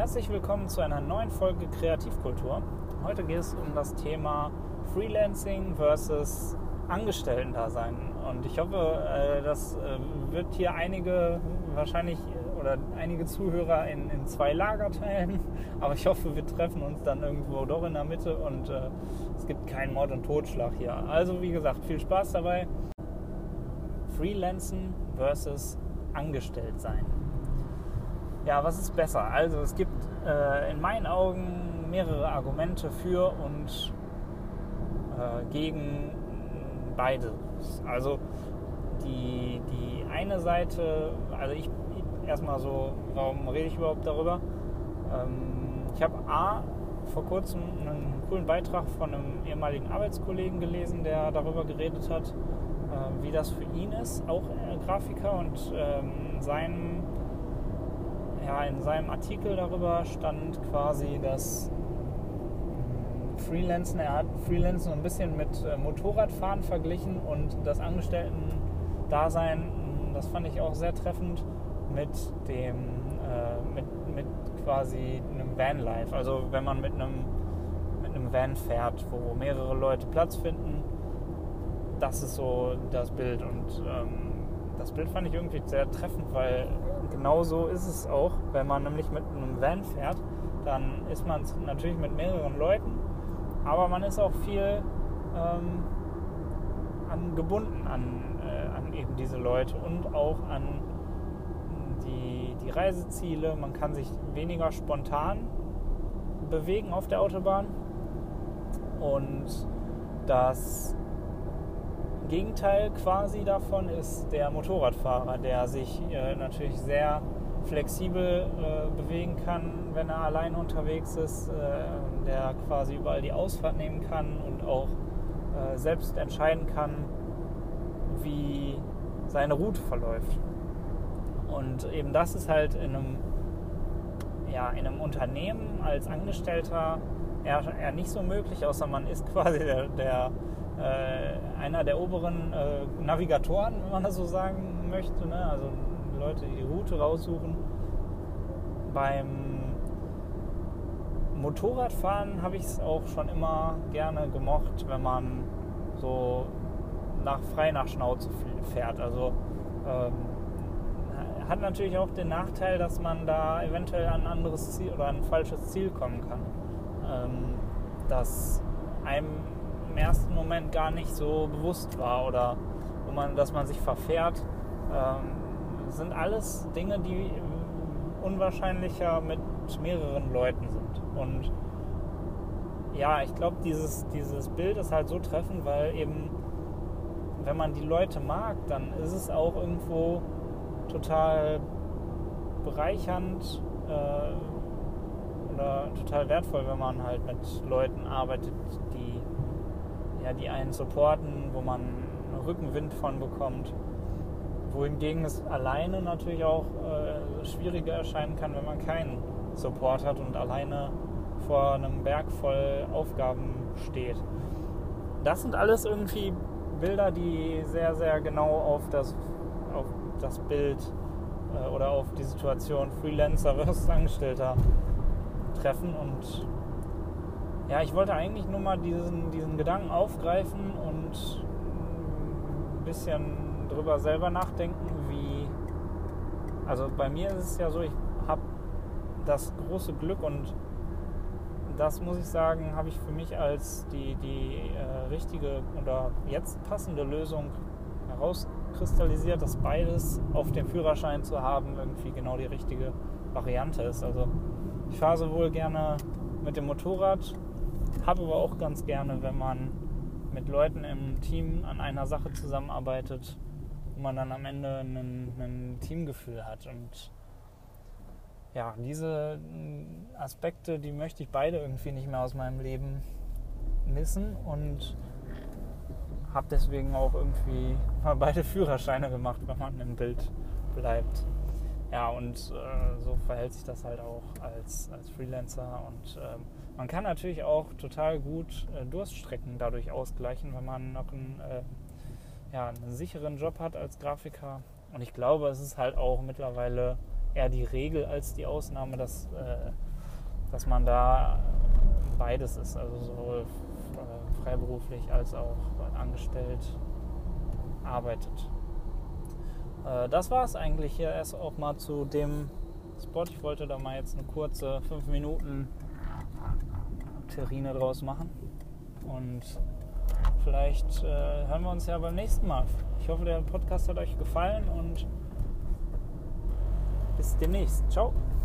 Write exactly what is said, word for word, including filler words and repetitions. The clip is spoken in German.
Herzlich willkommen zu einer neuen Folge Kreativkultur. Heute geht es um das Thema Freelancing versus Angestellten-Dasein. Und ich hoffe, das wird hier einige wahrscheinlich oder einige Zuhörer in, in zwei Lager teilen. Aber ich hoffe, wir treffen uns dann irgendwo doch in der Mitte und äh, es gibt keinen Mord und Totschlag hier. Also wie gesagt, viel Spaß dabei. Freelancen versus Angestelltsein. Ja, was ist besser? Also es gibt äh, in meinen Augen mehrere Argumente für und äh, gegen beides. Also die, die eine Seite, also ich, ich erstmal so, warum rede ich überhaupt darüber? Ähm, ich habe A, vor kurzem einen coolen Beitrag von einem ehemaligen Arbeitskollegen gelesen, der darüber geredet hat, äh, wie das für ihn ist, auch äh, Grafiker, und ähm, sein Ja, in seinem Artikel darüber stand quasi, dass Freelancen, er hat Freelancen so ein bisschen mit Motorradfahren verglichen und das Angestellten-Dasein, das fand ich auch sehr treffend, mit dem, äh, mit, mit quasi einem Vanlife. Also wenn man mit einem, mit einem Van fährt, wo mehrere Leute Platz finden, das ist so das Bild. Und ähm, das Bild fand ich irgendwie sehr treffend, weil genau so ist es auch. Wenn man nämlich mit einem Van fährt, dann ist man natürlich mit mehreren Leuten, aber man ist auch viel ähm, an, gebunden an, äh, an eben diese Leute und auch an die, die Reiseziele. Man kann sich weniger spontan bewegen auf der Autobahn, und das Gegenteil quasi davon ist der Motorradfahrer, der sich äh, natürlich sehr flexibel äh, bewegen kann, wenn er allein unterwegs ist, äh, der quasi überall die Ausfahrt nehmen kann und auch äh, selbst entscheiden kann, wie seine Route verläuft. Und eben das ist halt in einem, ja, in einem Unternehmen als Angestellter eher, eher nicht so möglich, außer man ist quasi der, der Äh, einer der oberen äh, Navigatoren, wenn man das so sagen möchte, ne? Also Leute, die die Route raussuchen. Beim Motorradfahren habe ich es auch schon immer gerne gemocht, wenn man so nach, frei nach Schnauze fährt. Also ähm, hat natürlich auch den Nachteil, dass man da eventuell an ein anderes Ziel oder an ein falsches Ziel kommen kann. Ähm, dass einem im ersten Moment gar nicht so bewusst war oder wo man, dass man sich verfährt, ähm, sind alles Dinge, die unwahrscheinlicher mit mehreren Leuten sind. Und ja, ich glaube, dieses, dieses Bild ist halt so treffend, weil eben, wenn man die Leute mag, dann ist es auch irgendwo total bereichernd äh, oder total wertvoll, wenn man halt mit Leuten arbeitet, die Ja, die einen supporten, wo man Rückenwind von bekommt. Wohingegen es alleine natürlich auch äh, schwieriger erscheinen kann, wenn man keinen Support hat und alleine vor einem Berg voll Aufgaben steht. Das sind alles irgendwie Bilder, die sehr, sehr genau auf das, auf das Bild äh, oder auf die Situation Freelancer versus Angestellter treffen. Und ja, ich wollte eigentlich nur mal diesen, diesen Gedanken aufgreifen und ein bisschen drüber selber nachdenken, wie, also bei mir ist es ja so, ich habe das große Glück, und das muss ich sagen, habe ich für mich als die, die äh, richtige oder jetzt passende Lösung herauskristallisiert, dass beides auf dem Führerschein zu haben irgendwie genau die richtige Variante ist. Also ich fahre sowohl gerne mit dem Motorrad, habe aber auch ganz gerne, wenn man mit Leuten im Team an einer Sache zusammenarbeitet, wo man dann am Ende ein, ein Teamgefühl hat. Und ja, diese Aspekte, die möchte ich beide irgendwie nicht mehr aus meinem Leben missen, und habe deswegen auch irgendwie mal beide Führerscheine gemacht, wenn man im Bild bleibt. Ja, und äh, so verhält sich das halt auch als, als Freelancer. Und ähm, man kann natürlich auch total gut äh, Durststrecken dadurch ausgleichen, wenn man noch einen, äh, ja, einen sicheren Job hat als Grafiker. Und ich glaube, es ist halt auch mittlerweile eher die Regel als die Ausnahme, dass äh, dass man da beides ist, also sowohl freiberuflich als auch angestellt arbeitet. Das war es eigentlich hier erst auch mal zu dem Spot. Ich wollte da mal jetzt eine kurze fünf Minuten Terrine draus machen und vielleicht äh, hören wir uns ja beim nächsten Mal. Ich hoffe, der Podcast hat euch gefallen und bis demnächst. Ciao!